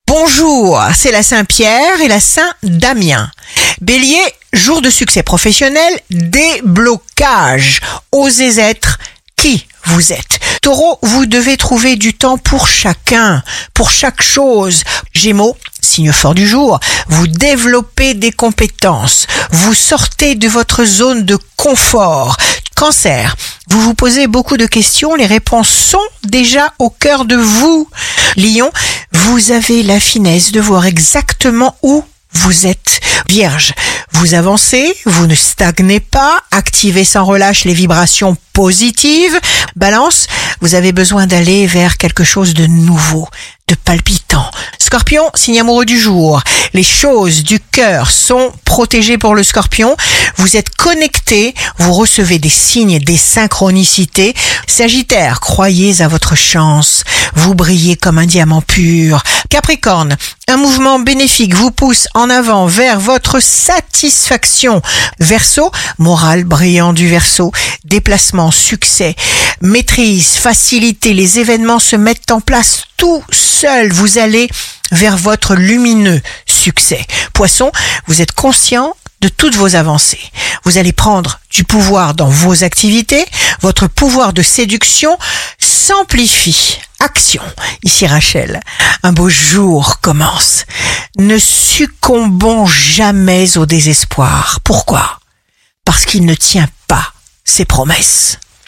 Bonjour, c'est la Saint-Pierre et la Saint-Damien. Bélier, jour de succès professionnel, déblocage. Osez être qui vous êtes. Taureau, vous devez trouver du temps pour chacun, pour chaque chose. Gémeaux, signe fort du jour, vous développez des compétences. Vous sortez de votre zone de confort. Cancer, vous vous posez beaucoup de questions, les réponses sont déjà au cœur de vous. Lion, vous avez la finesse de voir exactement où vous êtes. Vierge, vous avancez, vous ne stagnez pas, activez sans relâche les vibrations positives. Balance, vous avez besoin d'aller vers quelque chose de nouveau, de palpitant. Scorpion, signe amoureux du jour. Les choses du cœur sont protégées pour le Scorpion. Vous êtes connecté, vous recevez des signes, des synchronicités. Sagittaire, croyez à votre chance. Vous brillez comme un diamant pur. Capricorne, un mouvement bénéfique vous pousse en avant vers votre satisfaction. Verseau, morale brillant du Verseau. Déplacement, succès, maîtrise, facilité. Les événements se mettent en place tout seul. Vous allez vers votre lumineux succès. Poisson, vous êtes conscient de toutes vos avancées. Vous allez prendre du pouvoir dans vos activités. Votre pouvoir de séduction s'amplifie. Action. Ici Rachel. Un beau jour commence. Ne succombons jamais au désespoir. Pourquoi ? Parce qu'il ne tient pas ses promesses.